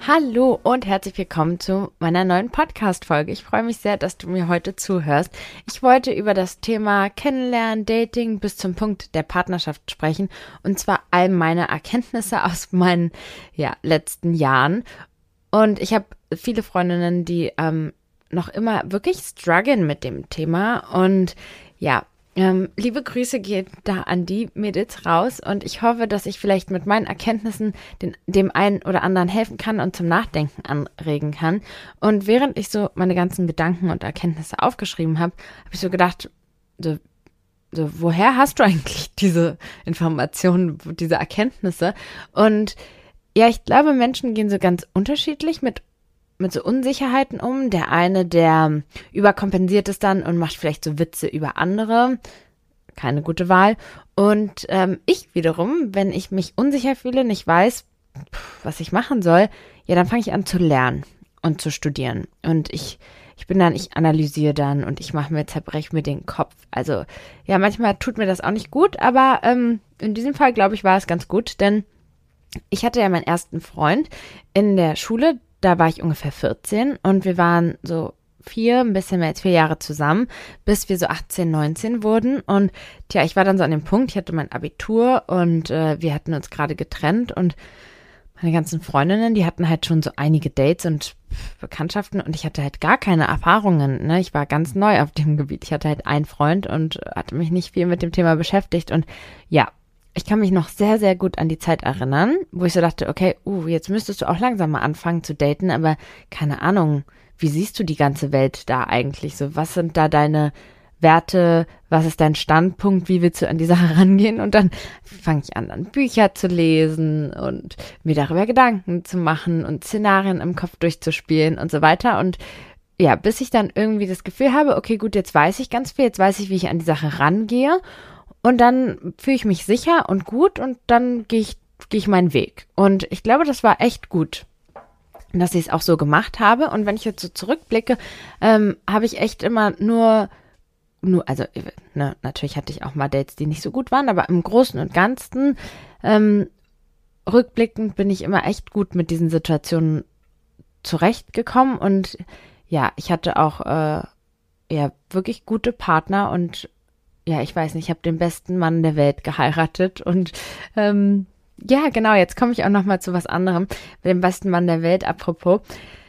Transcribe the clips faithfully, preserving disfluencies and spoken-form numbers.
Hallo und herzlich willkommen zu meiner neuen Podcast-Folge. Ich freue mich sehr, dass du mir heute zuhörst. Ich wollte über das Thema Kennenlernen, Dating bis zum Punkt der Partnerschaft sprechen und zwar all meine Erkenntnisse aus meinen ja, letzten Jahren. Und ich habe viele Freundinnen, die ähm, noch immer wirklich strugglen mit dem Thema und ja, Ähm, liebe Grüße geht da an die Mädels raus und ich hoffe, dass ich vielleicht mit meinen Erkenntnissen den, dem einen oder anderen helfen kann und zum Nachdenken anregen kann. Und während ich so meine ganzen Gedanken und Erkenntnisse aufgeschrieben habe, habe ich so gedacht, so, so, woher hast du eigentlich diese Informationen, diese Erkenntnisse? Und ja, ich glaube, Menschen gehen so ganz unterschiedlich mit mit so Unsicherheiten um. Der eine, der überkompensiert es dann und macht vielleicht so Witze über andere. Keine gute Wahl. Und ähm, ich wiederum, wenn ich mich unsicher fühle, nicht weiß, pff, was ich machen soll, ja, dann fange ich an zu lernen und zu studieren. Und ich ich bin dann, ich analysiere dann und ich mache mir, zerbreche mir den Kopf. Also ja, manchmal tut mir das auch nicht gut, aber ähm, in diesem Fall, glaube ich, war es ganz gut, denn ich hatte ja meinen ersten Freund in der Schule. Da war ich ungefähr vierzehn und wir waren so vier, ein bisschen mehr als vier Jahre zusammen, bis wir so achtzehn, neunzehn wurden. Und tja, ich war dann so an dem Punkt, ich hatte mein Abitur und äh, wir hatten uns gerade getrennt und meine ganzen Freundinnen, die hatten halt schon so einige Dates und Bekanntschaften und ich hatte halt gar keine Erfahrungen. Ne? Ich war ganz neu auf dem Gebiet. Ich hatte halt einen Freund und hatte mich nicht viel mit dem Thema beschäftigt und ja, ich kann mich noch sehr, sehr gut an die Zeit erinnern, wo ich so dachte, okay, uh, jetzt müsstest du auch langsam mal anfangen zu daten, aber keine Ahnung, wie siehst du die ganze Welt da eigentlich so? Was sind da deine Werte? Was ist dein Standpunkt? Wie willst du an die Sache rangehen? Und dann fange ich an, dann Bücher zu lesen und mir darüber Gedanken zu machen und Szenarien im Kopf durchzuspielen und so weiter. Und ja, bis ich dann irgendwie das Gefühl habe, okay, gut, jetzt weiß ich ganz viel, jetzt weiß ich, wie ich an die Sache rangehe. Und dann fühle ich mich sicher und gut und dann gehe ich, gehe ich meinen Weg. Und ich glaube, das war echt gut, dass ich es auch so gemacht habe. Und wenn ich jetzt so zurückblicke, ähm, habe ich echt immer nur, nur, also ne, natürlich hatte ich auch mal Dates, die nicht so gut waren, aber im Großen und Ganzen, ähm, rückblickend bin ich immer echt gut mit diesen Situationen zurechtgekommen. Und ja, ich hatte auch äh, ja wirklich gute Partner und ja, ich weiß nicht, ich habe den besten Mann der Welt geheiratet und ähm, ja, genau, jetzt komme ich auch noch mal zu was anderem, den besten Mann der Welt, apropos.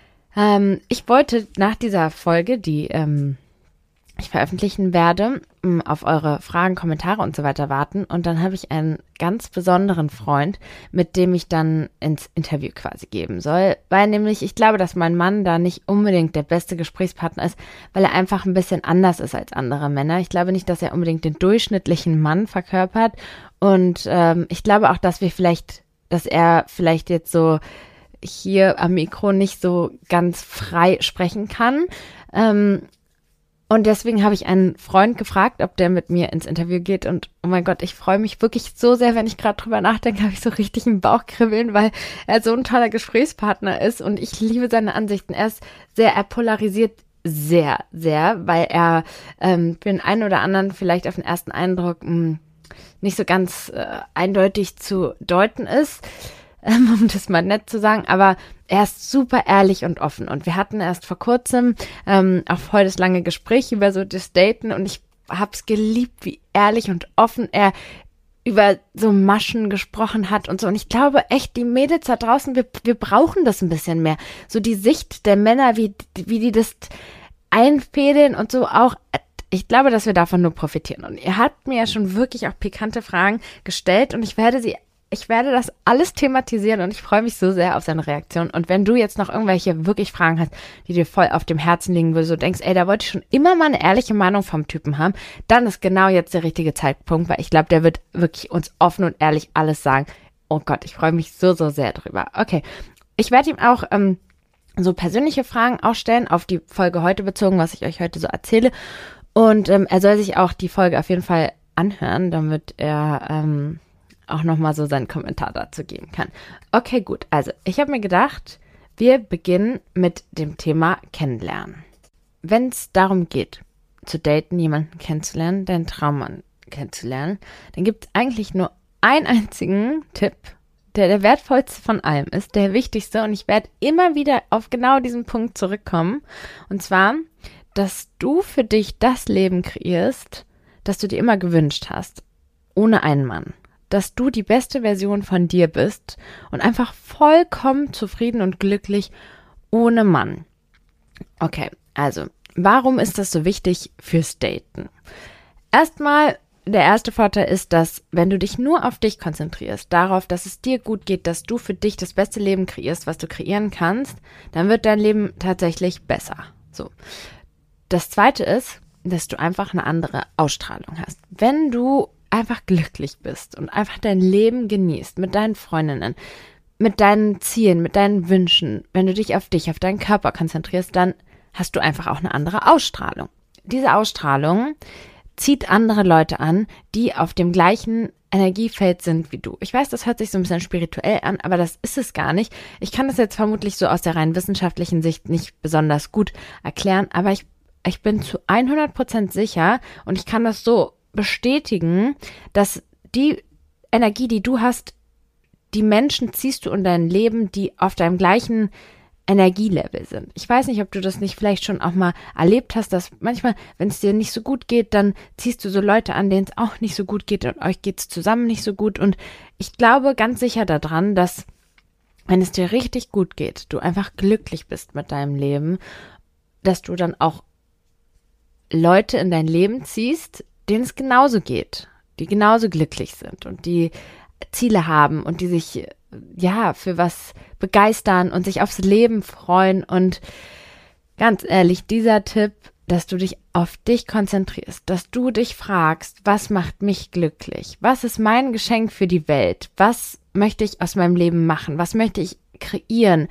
Ähm, ich wollte nach dieser Folge, die ähm, ich veröffentlichen werde, auf eure Fragen, Kommentare und so weiter warten und dann habe ich einen ganz besonderen Freund, mit dem ich dann ins Interview quasi geben soll, weil nämlich ich glaube, dass mein Mann da nicht unbedingt der beste Gesprächspartner ist, weil er einfach ein bisschen anders ist als andere Männer. Ich glaube nicht, dass er unbedingt den durchschnittlichen Mann verkörpert und ähm, ich glaube auch, dass wir vielleicht, dass er vielleicht jetzt so hier am Mikro nicht so ganz frei sprechen kann. Ähm, Und deswegen habe ich einen Freund gefragt, ob der mit mir ins Interview geht. Und oh mein Gott, ich freue mich wirklich so sehr, wenn ich gerade drüber nachdenke, habe ich so richtig einen Bauchkribbeln, weil er so ein toller Gesprächspartner ist. Und ich liebe seine Ansichten. Er ist sehr, er polarisiert sehr, sehr, weil er ähm, für den einen oder anderen vielleicht auf den ersten Eindruck mh, nicht so ganz äh, eindeutig zu deuten ist. Um das mal nett zu sagen, aber er ist super ehrlich und offen und wir hatten erst vor kurzem ähm, auch voll das lange Gespräch über so das Daten und ich hab's geliebt, wie ehrlich und offen er über so Maschen gesprochen hat und so und ich glaube echt, die Mädels da draußen, wir, wir brauchen das ein bisschen mehr, so die Sicht der Männer, wie, wie die das einfädeln und so auch. Ich glaube, dass wir davon nur profitieren und ihr habt mir ja schon wirklich auch pikante Fragen gestellt und ich werde sie Ich werde das alles thematisieren und ich freue mich so sehr auf seine Reaktion. Und wenn du jetzt noch irgendwelche wirklich Fragen hast, die dir voll auf dem Herzen liegen, wo du so denkst, ey, da wollte ich schon immer mal eine ehrliche Meinung vom Typen haben, dann ist genau jetzt der richtige Zeitpunkt, weil ich glaube, der wird wirklich uns offen und ehrlich alles sagen. Oh Gott, ich freue mich so, so sehr drüber. Okay, ich werde ihm auch ähm, so persönliche Fragen auch stellen, auf die Folge heute bezogen, was ich euch heute so erzähle. Und ähm, er soll sich auch die Folge auf jeden Fall anhören, damit er ähm, auch nochmal so seinen Kommentar dazu geben kann. Okay, gut. Also, ich habe mir gedacht, wir beginnen mit dem Thema Kennenlernen. Wenn es darum geht, zu daten, jemanden kennenzulernen, deinen Traummann kennenzulernen, dann gibt es eigentlich nur einen einzigen Tipp, der der wertvollste von allem ist, der wichtigste, und ich werde immer wieder auf genau diesen Punkt zurückkommen, und zwar, dass du für dich das Leben kreierst, das du dir immer gewünscht hast, ohne einen Mann. Dass du die beste Version von dir bist und einfach vollkommen zufrieden und glücklich ohne Mann. Okay, also, warum ist das so wichtig fürs Daten? Erstmal, der erste Vorteil ist, dass wenn du dich nur auf dich konzentrierst, darauf, dass es dir gut geht, dass du für dich das beste Leben kreierst, was du kreieren kannst, dann wird dein Leben tatsächlich besser. So. Das zweite ist, dass du einfach eine andere Ausstrahlung hast. Wenn du einfach glücklich bist und einfach dein Leben genießt mit deinen Freundinnen, mit deinen Zielen, mit deinen Wünschen, wenn du dich auf dich, auf deinen Körper konzentrierst, dann hast du einfach auch eine andere Ausstrahlung. Diese Ausstrahlung zieht andere Leute an, die auf dem gleichen Energiefeld sind wie du. Ich weiß, das hört sich so ein bisschen spirituell an, aber das ist es gar nicht. Ich kann das jetzt vermutlich so aus der rein wissenschaftlichen Sicht nicht besonders gut erklären, aber ich, ich bin zu hundert Prozent sicher und ich kann das so bestätigen, dass die Energie, die du hast, die Menschen ziehst du in dein Leben, die auf deinem gleichen Energielevel sind. Ich weiß nicht, ob du das nicht vielleicht schon auch mal erlebt hast, dass manchmal, wenn es dir nicht so gut geht, dann ziehst du so Leute an, denen es auch nicht so gut geht und euch geht es zusammen nicht so gut. Und ich glaube ganz sicher daran, dass, wenn es dir richtig gut geht, du einfach glücklich bist mit deinem Leben, dass du dann auch Leute in dein Leben ziehst, denen es genauso geht, die genauso glücklich sind und die Ziele haben und die sich ja für was begeistern und sich aufs Leben freuen. Und ganz ehrlich, dieser Tipp, dass du dich auf dich konzentrierst, dass du dich fragst, was macht mich glücklich? Was ist mein Geschenk für die Welt? Was möchte ich aus meinem Leben machen? Was möchte ich kreieren?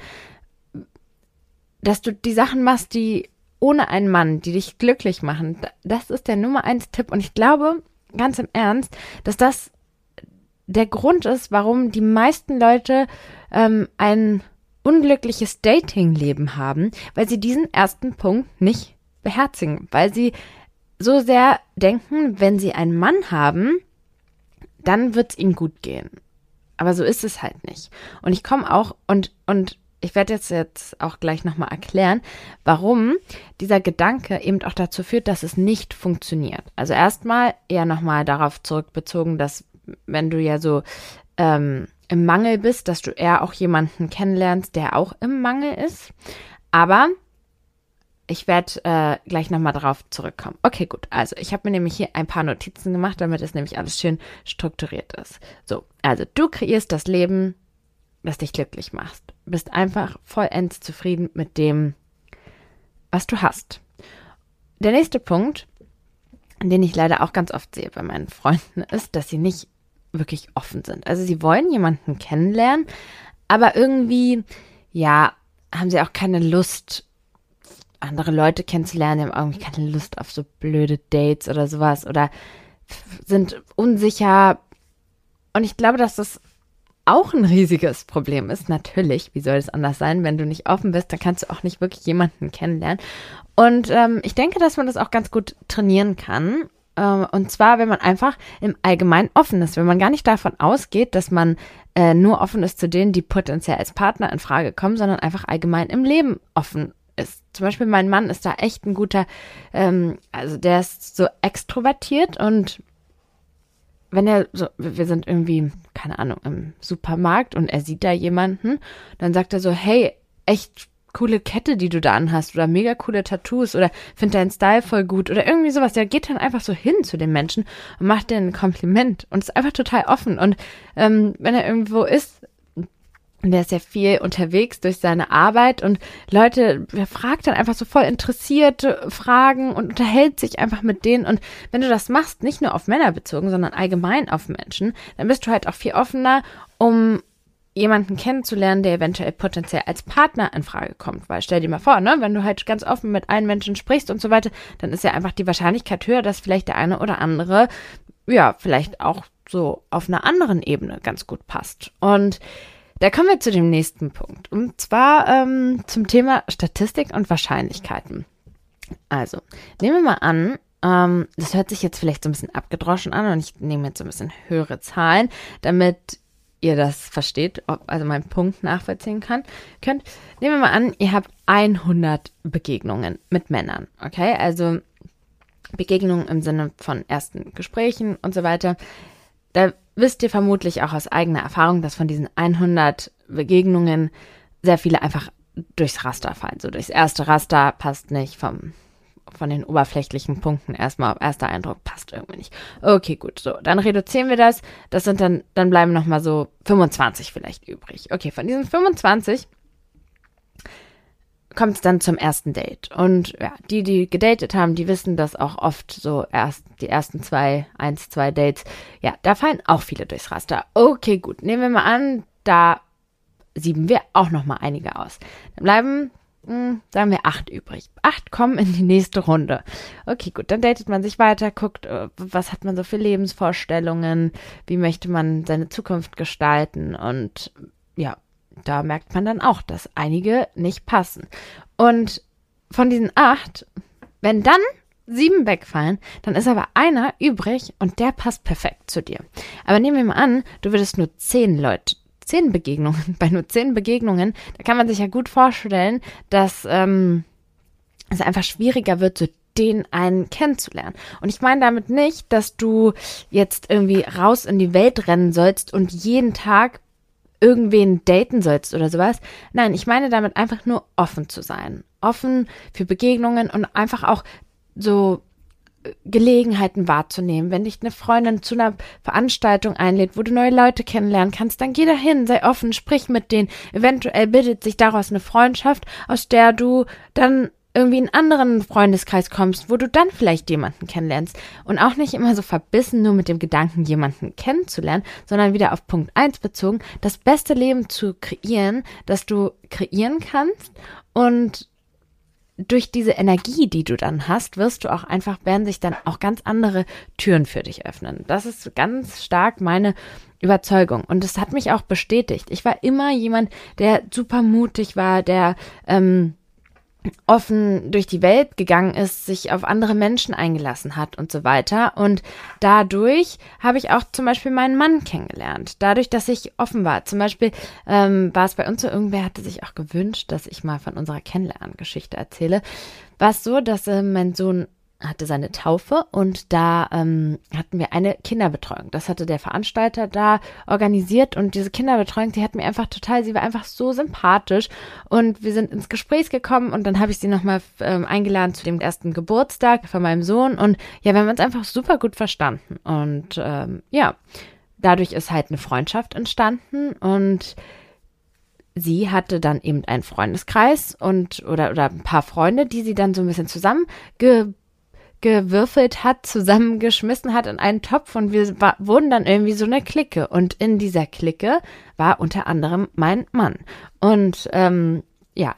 Dass du die Sachen machst, die ohne einen Mann, die dich glücklich machen, das ist der Nummer eins Tipp. Und ich glaube, ganz im Ernst, dass das der Grund ist, warum die meisten Leute ähm, ein unglückliches Dating-Leben haben, weil sie diesen ersten Punkt nicht beherzigen, weil sie so sehr denken, wenn sie einen Mann haben, dann wird es ihnen gut gehen. Aber so ist es halt nicht. Und ich komme auch und und ich werde jetzt jetzt auch gleich nochmal erklären, warum dieser Gedanke eben auch dazu führt, dass es nicht funktioniert. Also erstmal eher nochmal darauf zurückbezogen, dass wenn du ja so ähm, im Mangel bist, dass du eher auch jemanden kennenlernst, der auch im Mangel ist. Aber ich werde äh, gleich nochmal drauf zurückkommen. Okay, gut. Also ich habe mir nämlich hier ein paar Notizen gemacht, damit es nämlich alles schön strukturiert ist. So, also du kreierst das Leben, das dich glücklich macht. Bist einfach vollends zufrieden mit dem, was du hast. Der nächste Punkt, den ich leider auch ganz oft sehe bei meinen Freunden, ist, dass sie nicht wirklich offen sind. Also sie wollen jemanden kennenlernen, aber irgendwie, ja, haben sie auch keine Lust, andere Leute kennenzulernen, die haben irgendwie keine Lust auf so blöde Dates oder sowas oder sind unsicher. Und ich glaube, dass das auch ein riesiges Problem ist. Natürlich, wie soll es anders sein, wenn du nicht offen bist, dann kannst du auch nicht wirklich jemanden kennenlernen. Und ähm, ich denke, dass man das auch ganz gut trainieren kann. Ähm, und zwar, wenn man einfach im Allgemeinen offen ist. Wenn man gar nicht davon ausgeht, dass man äh, nur offen ist zu denen, die potenziell als Partner in Frage kommen, sondern einfach allgemein im Leben offen ist. Zum Beispiel mein Mann ist da echt ein guter, ähm, also der ist so extrovertiert und wenn er so, wir sind irgendwie, keine Ahnung, im Supermarkt und er sieht da jemanden, dann sagt er so, hey, echt coole Kette, die du da anhast oder mega coole Tattoos oder find deinen Style voll gut oder irgendwie sowas. Der geht dann einfach so hin zu den Menschen und macht denen ein Kompliment und ist einfach total offen. Und ähm, wenn er irgendwo ist, und der ist ja viel unterwegs durch seine Arbeit und Leute, er fragt dann einfach so voll interessierte Fragen und unterhält sich einfach mit denen. Und wenn du das machst, nicht nur auf Männer bezogen, sondern allgemein auf Menschen, dann bist du halt auch viel offener, um jemanden kennenzulernen, der eventuell potenziell als Partner in Frage kommt. Weil stell dir mal vor, ne, wenn du halt ganz offen mit einem Menschen sprichst und so weiter, dann ist ja einfach die Wahrscheinlichkeit höher, dass vielleicht der eine oder andere, ja, vielleicht auch so auf einer anderen Ebene ganz gut passt. Und da kommen wir zu dem nächsten Punkt. Und zwar ähm, zum Thema Statistik und Wahrscheinlichkeiten. Also, nehmen wir mal an, ähm, das hört sich jetzt vielleicht so ein bisschen abgedroschen an und ich nehme jetzt so ein bisschen höhere Zahlen, damit ihr das versteht, ob, also meinen Punkt nachvollziehen kann, könnt. Nehmen wir mal an, ihr habt hundert Begegnungen mit Männern, okay? Also Begegnungen im Sinne von ersten Gesprächen und so weiter. Da wisst ihr vermutlich auch aus eigener Erfahrung, dass von diesen hundert Begegnungen sehr viele einfach durchs Raster fallen. So durchs erste Raster passt nicht, vom, von den oberflächlichen Punkten erstmal, erster Eindruck passt irgendwie nicht. Okay, gut, so, dann reduzieren wir das. Das sind dann, dann bleiben nochmal so fünfundzwanzig vielleicht übrig. Okay, von diesen fünfundzwanzig kommt es dann zum ersten Date. Und ja, die, die gedatet haben, die wissen, dass auch oft so erst die ersten zwei, eins, zwei Dates, ja, da fallen auch viele durchs Raster. Okay, gut, nehmen wir mal an, da sieben wir auch noch mal einige aus. Dann bleiben, mh, sagen wir, acht übrig. Acht kommen in die nächste Runde. Okay, gut, dann datet man sich weiter, guckt, was hat man so für Lebensvorstellungen, wie möchte man seine Zukunft gestalten und ja, da merkt man dann auch, dass einige nicht passen. Und von diesen acht, wenn dann sieben wegfallen, dann ist aber einer übrig und der passt perfekt zu dir. Aber nehmen wir mal an, du würdest nur zehn Leute, zehn Begegnungen, bei nur zehn Begegnungen, da kann man sich ja gut vorstellen, dass ähm, es einfach schwieriger wird, so den einen kennenzulernen. Und ich meine damit nicht, dass du jetzt irgendwie raus in die Welt rennen sollst und jeden Tag irgendwen daten sollst oder sowas. Nein, ich meine damit einfach nur offen zu sein. Offen für Begegnungen und einfach auch so Gelegenheiten wahrzunehmen. Wenn dich eine Freundin zu einer Veranstaltung einlädt, wo du neue Leute kennenlernen kannst, dann geh dahin, sei offen, sprich mit denen. Eventuell bildet sich daraus eine Freundschaft, aus der du dann irgendwie in einen anderen Freundeskreis kommst, wo du dann vielleicht jemanden kennenlernst. Und auch nicht immer so verbissen nur mit dem Gedanken, jemanden kennenzulernen, sondern wieder auf Punkt eins bezogen, das beste Leben zu kreieren, das du kreieren kannst. Und durch diese Energie, die du dann hast, wirst du auch einfach, werden sich dann auch ganz andere Türen für dich öffnen. Das ist ganz stark meine Überzeugung. Und das hat mich auch bestätigt. Ich war immer jemand, der super mutig war, der ähm, offen durch die Welt gegangen ist, sich auf andere Menschen eingelassen hat und so weiter. Und dadurch habe ich auch zum Beispiel meinen Mann kennengelernt. Dadurch, dass ich offen war. Zum Beispiel ähm, war es bei uns so, irgendwer hatte sich auch gewünscht, dass ich mal von unserer Kennenlerngeschichte erzähle. War es so, dass äh, mein Sohn hatte seine Taufe und da ähm, hatten wir eine Kinderbetreuung. Das hatte der Veranstalter da organisiert und diese Kinderbetreuung, die hat mir einfach total, sie war einfach so sympathisch und wir sind ins Gespräch gekommen und dann habe ich sie nochmal ähm, eingeladen zu dem ersten Geburtstag von meinem Sohn und ja, wir haben uns einfach super gut verstanden und ähm, ja, dadurch ist halt eine Freundschaft entstanden und sie hatte dann eben einen Freundeskreis und oder, oder ein paar Freunde, die sie dann so ein bisschen zusammenge gewürfelt hat, zusammengeschmissen hat in einen Topf und wir war, wurden dann irgendwie so eine Clique und in dieser Clique war unter anderem mein Mann und ähm, ja,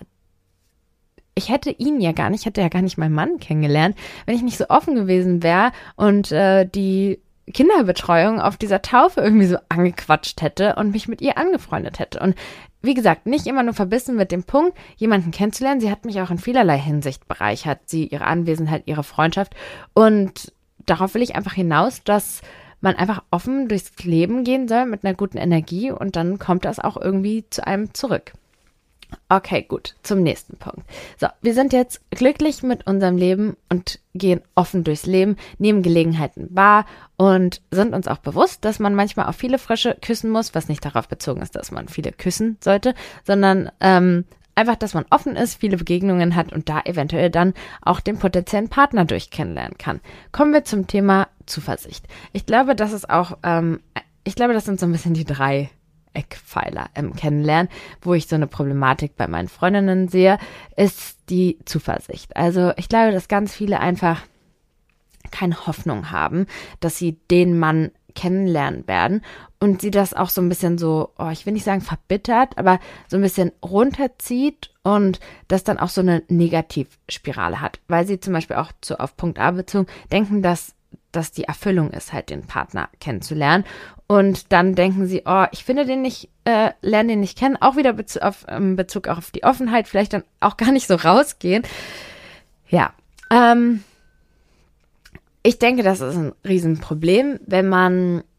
ich hätte ihn ja gar nicht, hätte ja gar nicht meinen Mann kennengelernt, wenn ich nicht so offen gewesen wäre und äh, die Kinderbetreuung auf dieser Taufe irgendwie so angequatscht hätte und mich mit ihr angefreundet hätte und wie gesagt, nicht immer nur verbissen mit dem Punkt, jemanden kennenzulernen. Sie hat mich auch in vielerlei Hinsicht bereichert. Sie, ihre Anwesenheit, ihre Freundschaft. Und darauf will ich einfach hinaus, dass man einfach offen durchs Leben gehen soll mit einer guten Energie und dann kommt das auch irgendwie zu einem zurück. Okay, gut, zum nächsten Punkt. So, wir sind jetzt glücklich mit unserem Leben und gehen offen durchs Leben, nehmen Gelegenheiten wahr und sind uns auch bewusst, dass man manchmal auch viele Frische küssen muss, was nicht darauf bezogen ist, dass man viele küssen sollte, sondern ähm, einfach, dass man offen ist, viele Begegnungen hat und da eventuell dann auch den potenziellen Partner durch kennenlernen kann. Kommen wir zum Thema Zuversicht. Ich glaube, das ist auch, ähm, ich glaube, das sind so ein bisschen die drei Eckpfeiler im Kennenlernen, wo ich so eine Problematik bei meinen Freundinnen sehe, ist die Zuversicht. Also ich glaube, dass ganz viele einfach keine Hoffnung haben, dass sie den Mann kennenlernen werden und sie das auch so ein bisschen so, oh, ich will nicht sagen verbittert, aber so ein bisschen runterzieht und das dann auch so eine Negativspirale hat, weil sie zum Beispiel auch zu, auf Punkt A bezogen denken, dass dass die Erfüllung ist, halt den Partner kennenzulernen. Und dann denken sie, oh, ich finde den nicht, äh, lerne den nicht kennen. Auch wieder Bezug auf, ähm, Bezug auch auf die Offenheit, vielleicht dann auch gar nicht so rausgehen. Ja, ähm, ich denke, das ist ein Riesenproblem, wenn man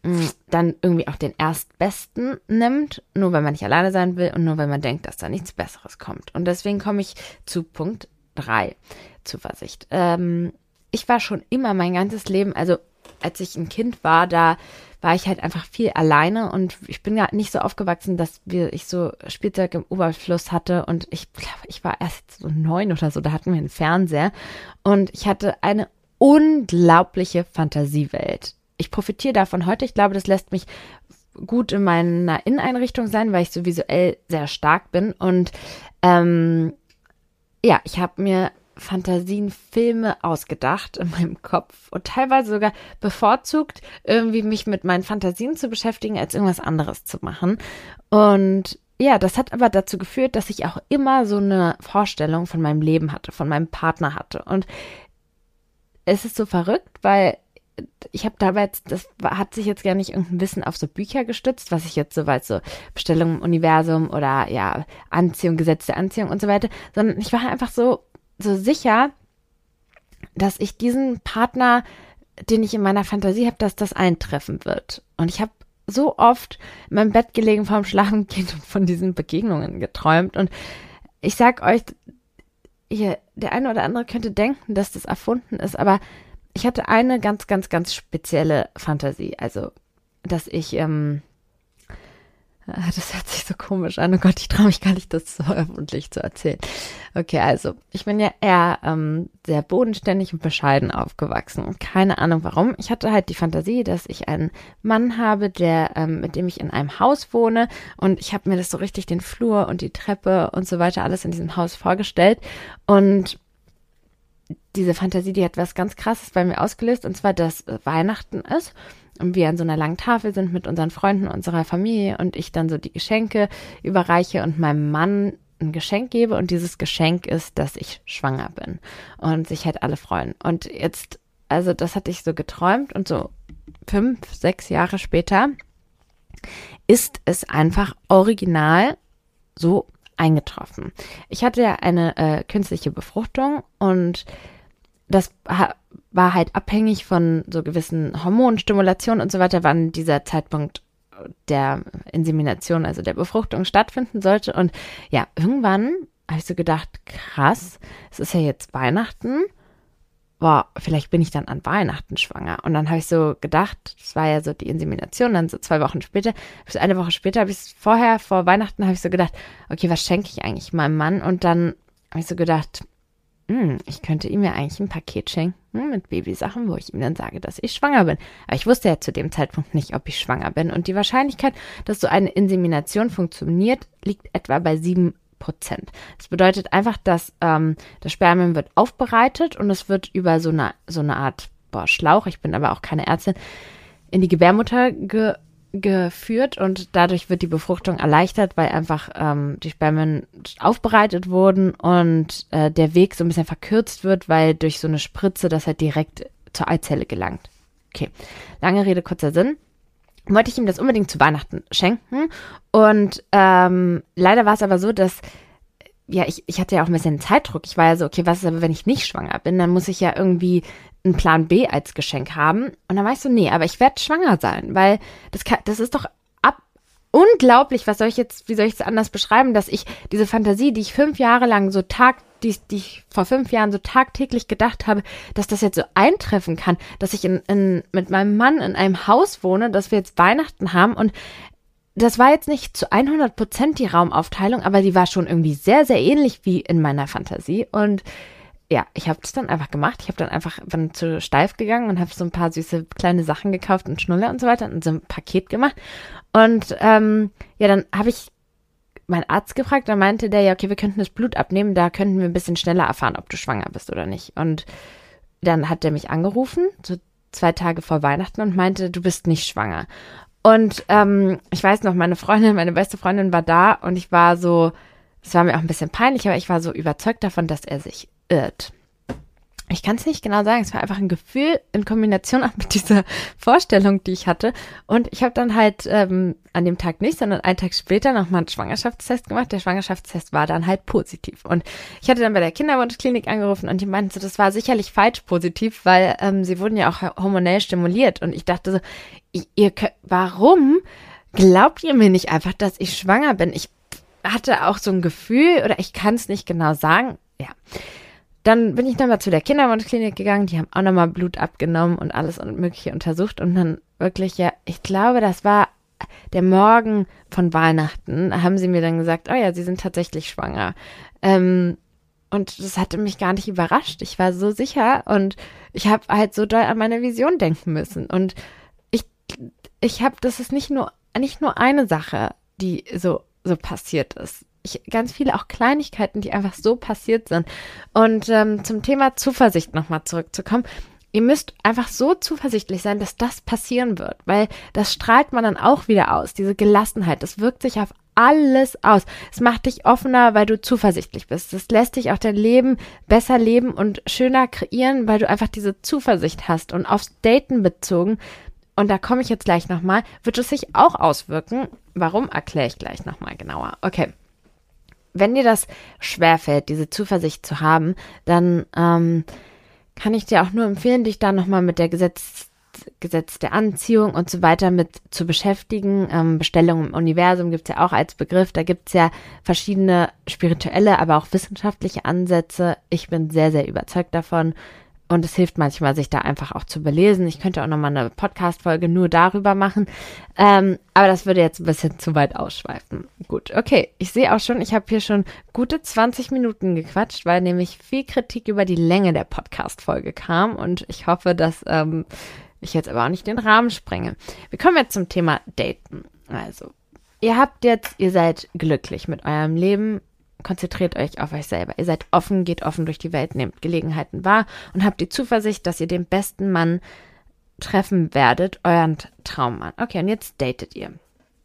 mh, dann irgendwie auch den Erstbesten nimmt, nur weil man nicht alleine sein will und nur weil man denkt, dass da nichts Besseres kommt. Und deswegen komme ich zu Punkt drei, Zuversicht. Ähm, ich war schon immer mein ganzes Leben, also als ich ein Kind war, da war ich halt einfach viel alleine und ich bin ja nicht so aufgewachsen, dass wir, ich so Spielzeug im Überfluss hatte und ich glaube, ich war erst so neun oder so, da hatten wir einen Fernseher und ich hatte eine unglaubliche Fantasiewelt. Ich profitiere davon heute, ich glaube, das lässt mich gut in meiner Inneneinrichtung sein, weil ich so visuell sehr stark bin und ähm, ja, ich habe mir Fantasien, Filme ausgedacht in meinem Kopf und teilweise sogar bevorzugt, irgendwie mich mit meinen Fantasien zu beschäftigen, als irgendwas anderes zu machen. Und ja, das hat aber dazu geführt, dass ich auch immer so eine Vorstellung von meinem Leben hatte, von meinem Partner hatte. Und es ist so verrückt, weil ich habe dabei, das hat sich jetzt gar nicht irgendein Wissen auf so Bücher gestützt, was ich jetzt so weiß, so Bestellung im Universum oder ja, Anziehung, Gesetz der Anziehung und so weiter, sondern ich war einfach so so sicher, dass ich diesen Partner, den ich in meiner Fantasie habe, dass das eintreffen wird. Und ich habe so oft in meinem Bett gelegen vorm Schlafengehen und von diesen Begegnungen geträumt. Und ich sag euch, ihr, der eine oder andere könnte denken, dass das erfunden ist, aber ich hatte eine ganz, ganz, ganz spezielle Fantasie. Also, dass ich, ähm, das hört sich so komisch an. Oh Gott, ich traue mich gar nicht, das so öffentlich zu erzählen. Okay, also ich bin ja eher ähm, sehr bodenständig und bescheiden aufgewachsen. Und keine Ahnung warum. Ich hatte halt die Fantasie, dass ich einen Mann habe, der ähm, mit dem ich in einem Haus wohne. Und ich habe mir das so richtig den Flur und die Treppe und so weiter alles in diesem Haus vorgestellt. Und diese Fantasie, die hat was ganz Krasses bei mir ausgelöst. Und zwar, dass äh, Weihnachten ist. Und wir an so einer langen Tafel sind mit unseren Freunden, unserer Familie und ich dann so die Geschenke überreiche und meinem Mann ein Geschenk gebe und dieses Geschenk ist, dass ich schwanger bin und sich halt alle freuen. Und jetzt, also das hatte ich so geträumt und so fünf, sechs Jahre später ist es einfach original so eingetroffen. Ich hatte ja eine äh, künstliche Befruchtung und das ha- war halt abhängig von so gewissen Hormonstimulationen und so weiter, wann dieser Zeitpunkt der Insemination, also der Befruchtung stattfinden sollte. Und ja, irgendwann habe ich so gedacht, krass, es ist ja jetzt Weihnachten. Boah, vielleicht bin ich dann an Weihnachten schwanger. Und dann habe ich so gedacht, das war ja so die Insemination, dann so zwei Wochen später, bis eine Woche später habe ich es vorher, vor Weihnachten habe ich so gedacht, okay, was schenke ich eigentlich meinem Mann? Und dann habe ich so gedacht, hm, ich könnte ihm ja eigentlich ein Paket schenken mit Babysachen, wo ich ihm dann sage, dass ich schwanger bin. Aber ich wusste ja zu dem Zeitpunkt nicht, ob ich schwanger bin. Und die Wahrscheinlichkeit, dass so eine Insemination funktioniert, liegt etwa bei sieben Prozent. Das bedeutet einfach, dass ähm, das Spermium wird aufbereitet und es wird über so eine, so eine Art boah, Schlauch, ich bin aber auch keine Ärztin, in die Gebärmutter ge geführt und dadurch wird die Befruchtung erleichtert, weil einfach ähm, die Spermien aufbereitet wurden und äh, der Weg so ein bisschen verkürzt wird, weil durch so eine Spritze das halt direkt zur Eizelle gelangt. Okay, lange Rede, kurzer Sinn. Wollte ich ihm das unbedingt zu Weihnachten schenken und ähm, leider war es aber so, dass ja, ich, ich hatte ja auch ein bisschen Zeitdruck. Ich war ja so, okay, was ist aber, wenn ich nicht schwanger bin? Dann muss ich ja irgendwie einen Plan B als Geschenk haben. Und dann war ich so, nee, aber ich werde schwanger sein, weil das kann, das ist doch ab unglaublich. Was soll ich jetzt, wie soll ich es anders beschreiben, dass ich diese Fantasie, die ich fünf Jahre lang so tag, die, die ich vor fünf Jahren so tagtäglich gedacht habe, dass das jetzt so eintreffen kann, dass ich in, in, mit meinem Mann in einem Haus wohne, dass wir jetzt Weihnachten haben und das war jetzt nicht zu hundert Prozent die Raumaufteilung, aber die war schon irgendwie sehr, sehr ähnlich wie in meiner Fantasie. Und ja, ich habe das dann einfach gemacht. Ich habe dann einfach bin zu Steif gegangen und habe so ein paar süße kleine Sachen gekauft und Schnuller und so weiter und so ein Paket gemacht. Und ähm, ja, dann habe ich meinen Arzt gefragt, dann meinte der, ja, okay, wir könnten das Blut abnehmen, da könnten wir ein bisschen schneller erfahren, ob du schwanger bist oder nicht. Und dann hat der mich angerufen, so zwei Tage vor Weihnachten und meinte, du bist nicht schwanger. Und ähm, ich weiß noch, meine Freundin, meine beste Freundin war da und ich war so, es war mir auch ein bisschen peinlich, aber ich war so überzeugt davon, dass er sich irrt. Ich kann es nicht genau sagen, es war einfach ein Gefühl in Kombination auch mit dieser Vorstellung, die ich hatte. Und ich habe dann halt ähm, an dem Tag nicht, sondern einen Tag später nochmal einen Schwangerschaftstest gemacht. Der Schwangerschaftstest war dann halt positiv. Und ich hatte dann bei der Kinderwunschklinik angerufen und die meinten so, das war sicherlich falsch positiv, weil ähm, sie wurden ja auch hormonell stimuliert. Und ich dachte so, ihr könnt, warum glaubt ihr mir nicht einfach, dass ich schwanger bin? Ich hatte auch so ein Gefühl oder ich kann es nicht genau sagen. Ja. Dann bin ich nochmal zu der Kinderwunschklinik gegangen, die haben auch nochmal Blut abgenommen und alles und Mögliche untersucht und dann wirklich, ja, ich glaube, das war der Morgen von Weihnachten, haben sie mir dann gesagt, oh ja, sie sind tatsächlich schwanger. Ähm, und das hatte mich gar nicht überrascht. Ich war so sicher und ich habe halt so doll an meine Vision denken müssen. Und ich, ich habe, das ist nicht nur, nicht nur eine Sache, die so, so passiert ist. Ich, ganz viele auch Kleinigkeiten, die einfach so passiert sind. Und ähm, zum Thema Zuversicht nochmal zurückzukommen. Ihr müsst einfach so zuversichtlich sein, dass das passieren wird, weil das strahlt man dann auch wieder aus, diese Gelassenheit. Das wirkt sich auf alles aus. Es macht dich offener, weil du zuversichtlich bist. Das lässt dich auch dein Leben besser leben und schöner kreieren, weil du einfach diese Zuversicht hast. Und aufs Daten bezogen, und da komme ich jetzt gleich nochmal, wird es sich auch auswirken. Warum, erkläre ich gleich nochmal genauer. Okay. Wenn dir das schwerfällt, diese Zuversicht zu haben, dann ähm, kann ich dir auch nur empfehlen, dich da nochmal mit der Gesetz, Gesetz der Anziehung und so weiter mit zu beschäftigen. Ähm, Bestellung im Universum gibt es ja auch als Begriff. Da gibt es ja verschiedene spirituelle, aber auch wissenschaftliche Ansätze. Ich bin sehr, sehr überzeugt davon. Und es hilft manchmal, sich da einfach auch zu belesen. Ich könnte auch nochmal eine Podcast-Folge nur darüber machen. Ähm, aber das würde jetzt ein bisschen zu weit ausschweifen. Gut, okay. Ich sehe auch schon, ich habe hier schon gute zwanzig Minuten gequatscht, weil nämlich viel Kritik über die Länge der Podcast-Folge kam. Und ich hoffe, dass ähm, ich jetzt aber auch nicht den Rahmen sprenge. Wir kommen jetzt zum Thema Daten. Also, ihr habt jetzt, ihr seid glücklich mit eurem Leben. Konzentriert euch auf euch selber. Ihr seid offen, geht offen durch die Welt, nehmt Gelegenheiten wahr und habt die Zuversicht, dass ihr den besten Mann treffen werdet, euren Traummann. Okay, und jetzt datet ihr.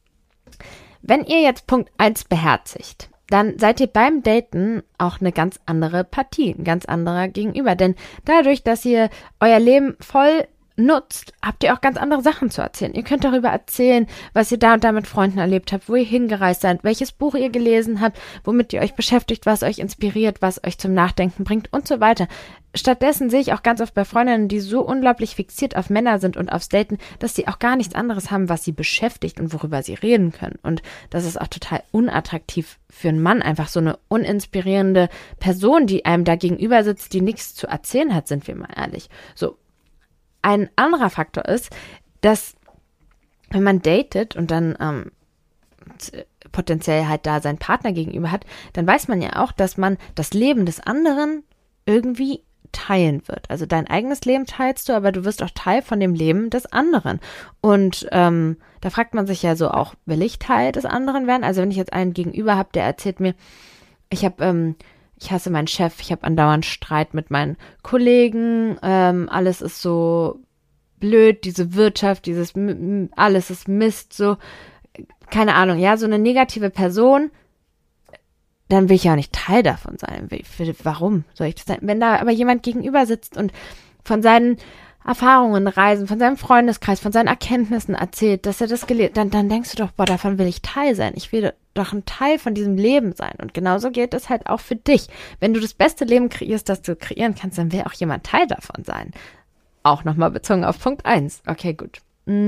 Wenn ihr jetzt Punkt eins beherzigt, dann seid ihr beim Daten auch eine ganz andere Partie, ein ganz anderer Gegenüber. Denn dadurch, dass ihr euer Leben voll nutzt, habt ihr auch ganz andere Sachen zu erzählen. Ihr könnt darüber erzählen, was ihr da und da mit Freunden erlebt habt, wo ihr hingereist seid, welches Buch ihr gelesen habt, womit ihr euch beschäftigt, was euch inspiriert, was euch zum Nachdenken bringt und so weiter. Stattdessen sehe ich auch ganz oft bei Freundinnen, die so unglaublich fixiert auf Männer sind und aufs Daten, dass sie auch gar nichts anderes haben, was sie beschäftigt und worüber sie reden können. Und das ist auch total unattraktiv für einen Mann, einfach so eine uninspirierende Person, die einem da gegenüber sitzt, die nichts zu erzählen hat, sind wir mal ehrlich. So. Ein anderer Faktor ist, dass wenn man datet und dann ähm, potenziell halt da seinen Partner gegenüber hat, dann weiß man ja auch, dass man das Leben des anderen irgendwie teilen wird. Also dein eigenes Leben teilst du, aber du wirst auch Teil von dem Leben des anderen. Und ähm, da fragt man sich ja so auch, will ich Teil des anderen werden? Also wenn ich jetzt einen gegenüber habe, der erzählt mir, ich habe ähm, ich hasse meinen Chef, ich habe andauernd Streit mit meinen Kollegen, ähm, alles ist so blöd, diese Wirtschaft, dieses, alles ist Mist, so, keine Ahnung, ja, so eine negative Person, dann will ich ja auch nicht Teil davon sein. Warum soll ich das sein? Wenn da aber jemand gegenüber sitzt und von seinen Erfahrungen, Reisen, von seinem Freundeskreis, von seinen Erkenntnissen erzählt, dass er das gelesen, dann, dann denkst du doch, boah, davon will ich Teil sein. Ich will doch ein Teil von diesem Leben sein. Und genauso gilt es halt auch für dich. Wenn du das beste Leben kreierst, das du kreieren kannst, dann will auch jemand Teil davon sein. Auch nochmal bezogen auf Punkt eins. Okay, gut.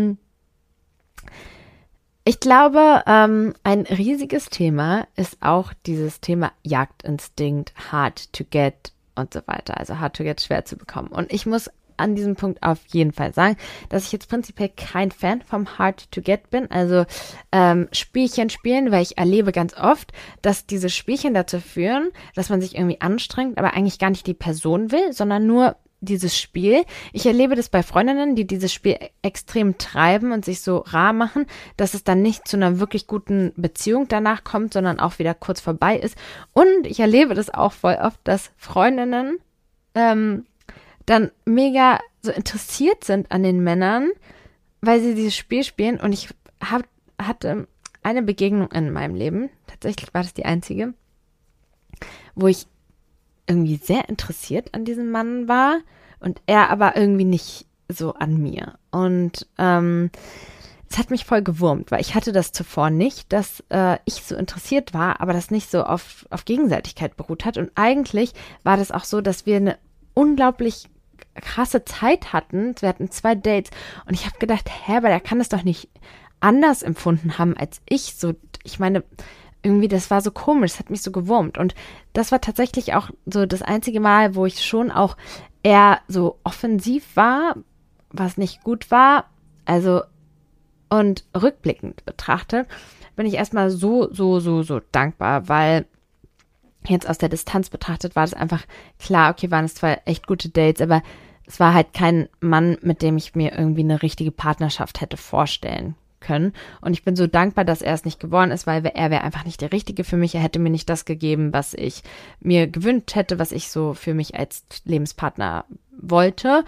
Ich glaube, ähm, ein riesiges Thema ist auch dieses Thema Jagdinstinkt, hard to get und so weiter. Also hard to get, schwer zu bekommen. Und ich muss an diesem Punkt auf jeden Fall sagen, dass ich jetzt prinzipiell kein Fan vom Hard to Get bin, also ähm, Spielchen spielen, weil ich erlebe ganz oft, dass diese Spielchen dazu führen, dass man sich irgendwie anstrengt, aber eigentlich gar nicht die Person will, sondern nur dieses Spiel. Ich erlebe das bei Freundinnen, die dieses Spiel extrem treiben und sich so rar machen, dass es dann nicht zu einer wirklich guten Beziehung danach kommt, sondern auch wieder kurz vorbei ist. Und ich erlebe das auch voll oft, dass Freundinnen ähm, dann mega so interessiert sind an den Männern, weil sie dieses Spiel spielen. Und ich hab, hatte eine Begegnung in meinem Leben, tatsächlich war das die einzige, wo ich irgendwie sehr interessiert an diesem Mann war und er aber irgendwie nicht so an mir. Und ähm, es hat mich voll gewurmt, weil ich hatte das zuvor nicht, dass äh, ich so interessiert war, aber das nicht so auf, auf Gegenseitigkeit beruht hat. Und eigentlich war das auch so, dass wir eine unglaublich krasse Zeit hatten. Wir hatten zwei Dates und ich habe gedacht, hä, aber der kann das doch nicht anders empfunden haben als ich. So, ich meine, irgendwie, das war so komisch, es hat mich so gewurmt. Und das war tatsächlich auch so das einzige Mal, wo ich schon auch eher so offensiv war, was nicht gut war. Also, und rückblickend betrachtet, bin ich erstmal so, so, so, so dankbar, weil jetzt aus der Distanz betrachtet war das einfach klar, okay, waren es zwar echt gute Dates, aber es war halt kein Mann, mit dem ich mir irgendwie eine richtige Partnerschaft hätte vorstellen können. Und ich bin so dankbar, dass er es nicht geworden ist, weil er wäre einfach nicht der Richtige für mich. Er hätte mir nicht das gegeben, was ich mir gewünscht hätte, was ich so für mich als Lebenspartner wollte.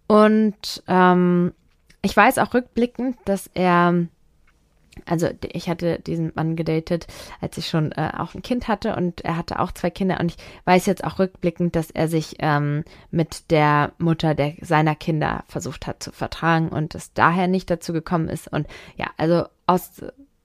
Und ähm, ich weiß auch rückblickend, dass er, also ich hatte diesen Mann gedatet, als ich schon äh, auch ein Kind hatte und er hatte auch zwei Kinder und ich weiß jetzt auch rückblickend, dass er sich ähm, mit der Mutter der, seiner Kinder versucht hat zu vertragen und es daher nicht dazu gekommen ist. Und ja, also aus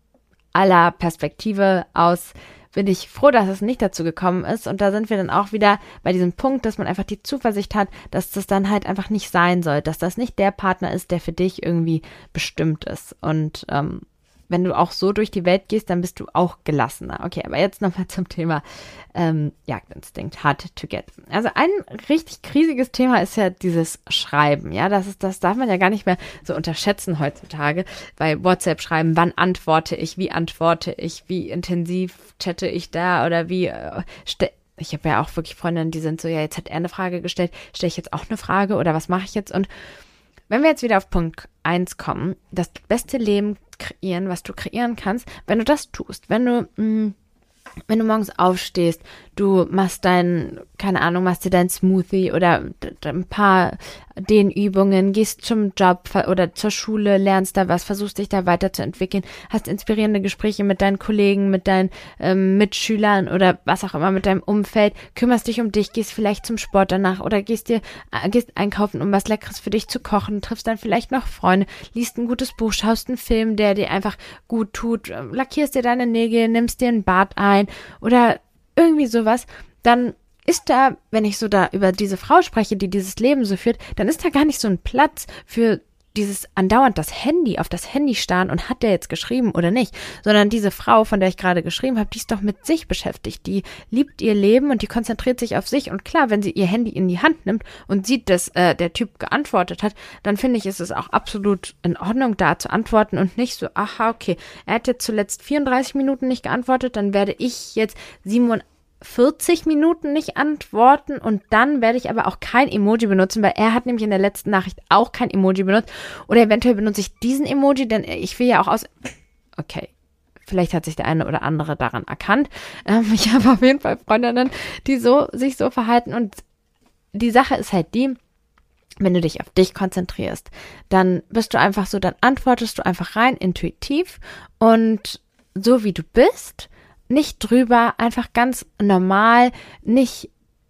aller Perspektive aus bin ich froh, dass es nicht dazu gekommen ist. Und da sind wir dann auch wieder bei diesem Punkt, dass man einfach die Zuversicht hat, dass das dann halt einfach nicht sein soll, dass das nicht der Partner ist, der für dich irgendwie bestimmt ist. Und ähm, wenn du auch so durch die Welt gehst, dann bist du auch gelassener. Okay, aber jetzt nochmal zum Thema ähm, Jagdinstinkt, hard to get. Also ein richtig riesiges Thema ist ja dieses Schreiben. Ja, das ist, das darf man ja gar nicht mehr so unterschätzen heutzutage. Bei WhatsApp schreiben, wann antworte ich, wie antworte ich, wie intensiv chatte ich da oder wie äh, ste- ich habe ja auch wirklich Freundinnen, die sind so, ja, jetzt hat er eine Frage gestellt, stelle ich jetzt auch eine Frage oder was mache ich jetzt? Und wenn wir jetzt wieder auf Punkt eins kommen, das beste Leben kreieren, was du kreieren kannst, wenn du das tust, wenn du, mh, wenn du morgens aufstehst, du machst dein, keine Ahnung, machst dir dein Smoothie oder d- d- ein paar Dehnübungen, gehst zum Job oder zur Schule, lernst da was, versuchst dich da weiterzuentwickeln, hast inspirierende Gespräche mit deinen Kollegen, mit deinen ähm, Mitschülern oder was auch immer mit deinem Umfeld, kümmerst dich um dich, gehst vielleicht zum Sport danach oder gehst dir, äh, gehst einkaufen, um was Leckeres für dich zu kochen, triffst dann vielleicht noch Freunde, liest ein gutes Buch, schaust einen Film, der dir einfach gut tut, äh, lackierst dir deine Nägel, nimmst dir ein Bad ein oder irgendwie sowas, dann ist da, wenn ich so da über diese Frau spreche, die dieses Leben so führt, dann ist da gar nicht so ein Platz für dieses andauernd das Handy, auf das Handy starren und hat der jetzt geschrieben oder nicht, sondern diese Frau, von der ich gerade geschrieben habe, die ist doch mit sich beschäftigt, die liebt ihr Leben und die konzentriert sich auf sich und klar, wenn sie ihr Handy in die Hand nimmt und sieht, dass äh, der Typ geantwortet hat, dann finde ich, ist es auch absolut in Ordnung, da zu antworten und nicht so, aha, okay, er hat jetzt zuletzt vierunddreißig Minuten nicht geantwortet, dann werde ich jetzt siebenundvierzig Minuten nicht antworten und dann werde ich aber auch kein Emoji benutzen, weil er hat nämlich in der letzten Nachricht auch kein Emoji benutzt oder eventuell benutze ich diesen Emoji, denn ich will ja auch aus... Okay, vielleicht hat sich der eine oder andere daran erkannt. Ähm, ich habe auf jeden Fall Freundinnen, die so sich so verhalten und die Sache ist halt die, wenn du dich auf dich konzentrierst, dann bist du einfach so, dann antwortest du einfach rein intuitiv und so wie du bist, nicht drüber, einfach ganz normal, nicht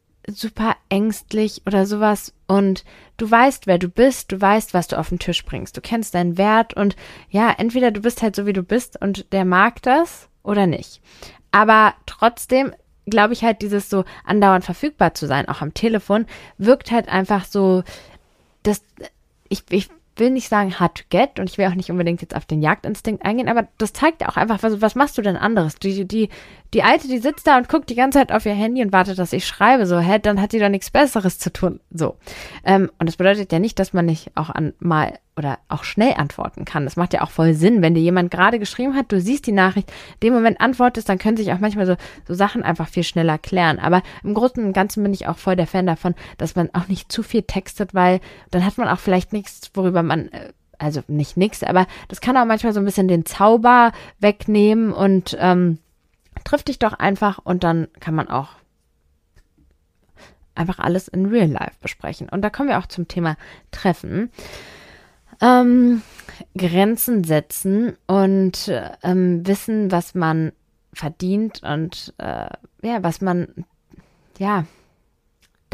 super ängstlich oder sowas und du weißt, wer du bist, du weißt, was du auf den Tisch bringst, du kennst deinen Wert und ja, entweder du bist halt so, wie du bist und der mag das oder nicht. Aber trotzdem glaube ich halt, dieses so andauernd verfügbar zu sein, auch am Telefon, wirkt halt einfach so, dass ich, ich will nicht sagen hard to get und ich will auch nicht unbedingt jetzt auf den Jagdinstinkt eingehen, aber das zeigt ja auch einfach, was, was machst du denn anderes? Die, die, die Alte, die sitzt da und guckt die ganze Zeit auf ihr Handy und wartet, dass ich schreibe, so, hä, dann hat sie doch nichts Besseres zu tun, so. Ähm, und das bedeutet ja nicht, dass man nicht auch an mal oder auch schnell antworten kann. Das macht ja auch voll Sinn, wenn dir jemand gerade geschrieben hat, du siehst die Nachricht, in dem Moment antwortest, dann können sich auch manchmal so, so Sachen einfach viel schneller klären. Aber im Großen und Ganzen bin ich auch voll der Fan davon, dass man auch nicht zu viel textet, weil dann hat man auch vielleicht nichts, worüber man, also nicht nichts, aber das kann auch manchmal so ein bisschen den Zauber wegnehmen und ähm, triff dich doch einfach und dann kann man auch einfach alles in Real Life besprechen. Und da kommen wir auch zum Thema Treffen. Ähm, Grenzen setzen und ähm, wissen, was man verdient und äh, ja, was man, ja,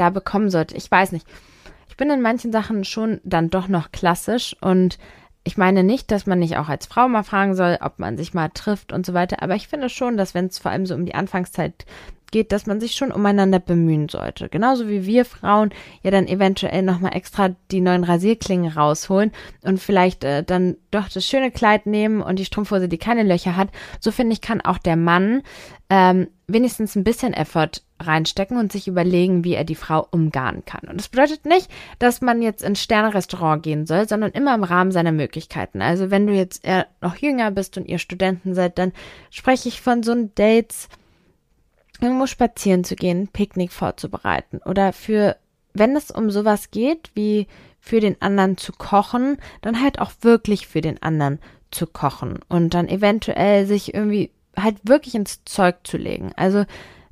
da bekommen sollte. Ich weiß nicht. Ich bin in manchen Sachen schon dann doch noch klassisch und ich meine nicht, dass man nicht auch als Frau mal fragen soll, ob man sich mal trifft und so weiter, aber ich finde schon, dass wenn es vor allem so um die Anfangszeit geht, dass man sich schon umeinander bemühen sollte. Genauso wie wir Frauen ja dann eventuell nochmal extra die neuen Rasierklingen rausholen und vielleicht äh, dann doch das schöne Kleid nehmen und die Strumpfhose, die keine Löcher hat. So finde ich, kann auch der Mann ähm, wenigstens ein bisschen Effort reinstecken und sich überlegen, wie er die Frau umgarnen kann. Und das bedeutet nicht, dass man jetzt ins Sterne-Restaurant gehen soll, sondern immer im Rahmen seiner Möglichkeiten. Also wenn du jetzt eher noch jünger bist und ihr Studenten seid, dann spreche ich von so einem Dates, irgendwo spazieren zu gehen, ein Picknick vorzubereiten oder für, wenn es um sowas geht, wie für den anderen zu kochen, dann halt auch wirklich für den anderen zu kochen und dann eventuell sich irgendwie halt wirklich ins Zeug zu legen. Also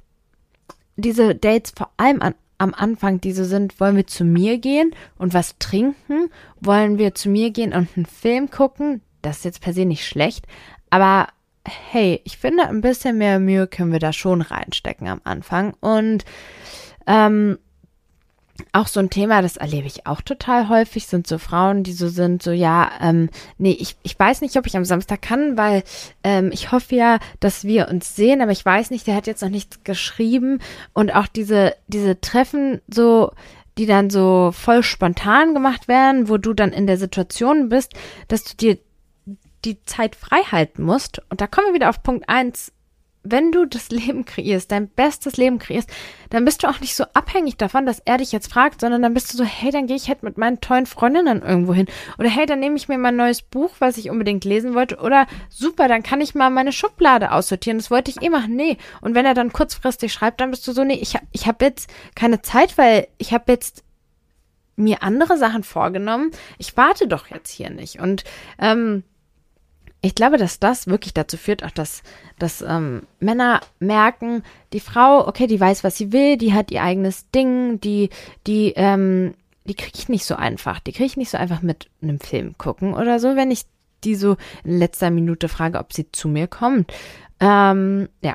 diese Dates vor allem an, am Anfang, die so sind, wollen wir zu mir gehen und was trinken, wollen wir zu mir gehen und einen Film gucken, das ist jetzt per se nicht schlecht, aber hey, ich finde, ein bisschen mehr Mühe können wir da schon reinstecken am Anfang. Und ähm, auch so ein Thema, das erlebe ich auch total häufig, sind so Frauen, die so sind, so ja, ähm, nee, ich, ich weiß nicht, ob ich am Samstag kann, weil ähm, ich hoffe ja, dass wir uns sehen, aber ich weiß nicht, der hat jetzt noch nichts geschrieben. Und auch diese, diese Treffen so, die dann so voll spontan gemacht werden, wo du dann in der Situation bist, dass du dir die Zeit frei halten musst. Und da kommen wir wieder auf Punkt eins. Wenn du das Leben kreierst, dein bestes Leben kreierst, dann bist du auch nicht so abhängig davon, dass er dich jetzt fragt, sondern dann bist du so, hey, dann gehe ich halt mit meinen tollen Freundinnen irgendwo hin. Oder hey, dann nehme ich mir mal ein neues Buch, was ich unbedingt lesen wollte. Oder super, dann kann ich mal meine Schublade aussortieren. Das wollte ich eh machen. Nee. Und wenn er dann kurzfristig schreibt, dann bist du so, nee, ich, ich habe jetzt keine Zeit, weil ich habe jetzt mir andere Sachen vorgenommen. Ich warte doch jetzt hier nicht. Und ähm, ich glaube, dass das wirklich dazu führt, auch dass, dass ähm, Männer merken, die Frau, okay, die weiß, was sie will, die hat ihr eigenes Ding, die, die, ähm, die kriege ich nicht so einfach. Die kriege ich nicht so einfach mit einem Film gucken oder so, wenn ich die so in letzter Minute frage, ob sie zu mir kommt. Ähm, ja.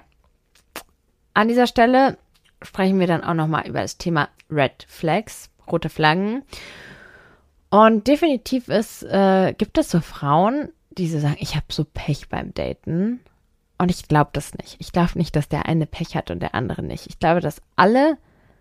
An dieser Stelle sprechen wir dann auch nochmal über das Thema Red Flags, rote Flaggen. Und definitiv ist, äh, gibt es so Frauen, die so sagen, ich habe so Pech beim Daten. Und ich glaube das nicht. Ich glaube nicht, dass der eine Pech hat und der andere nicht. Ich glaube, dass alle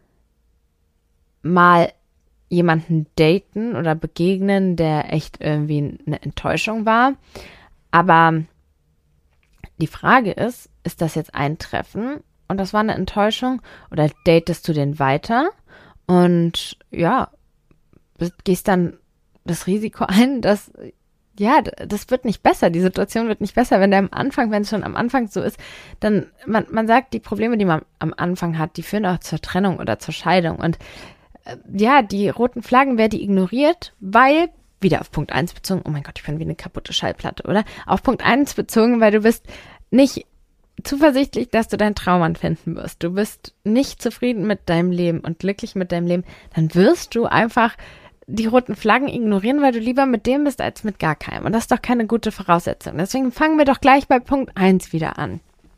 mal jemanden daten oder begegnen, der echt irgendwie eine Enttäuschung war. Aber die Frage ist, ist das jetzt ein Treffen und das war eine Enttäuschung oder datest du den weiter und ja, gehst dann das Risiko ein, dass ja, das wird nicht besser, die Situation wird nicht besser, wenn der am Anfang, wenn es schon am Anfang so ist, dann, man, man sagt, die Probleme, die man am Anfang hat, die führen auch zur Trennung oder zur Scheidung und äh, ja, die roten Flaggen, wer die ignoriert, weil, wieder auf Punkt eins bezogen, oh mein Gott, ich bin wie eine kaputte Schallplatte, oder? Auf Punkt eins bezogen, weil du bist nicht zuversichtlich, dass du deinen Traummann finden wirst, du bist nicht zufrieden mit deinem Leben und glücklich mit deinem Leben, dann wirst du einfach die roten Flaggen ignorieren, weil du lieber mit dem bist, als mit gar keinem. Und das ist doch keine gute Voraussetzung. Deswegen fangen wir doch gleich bei Punkt eins wieder an.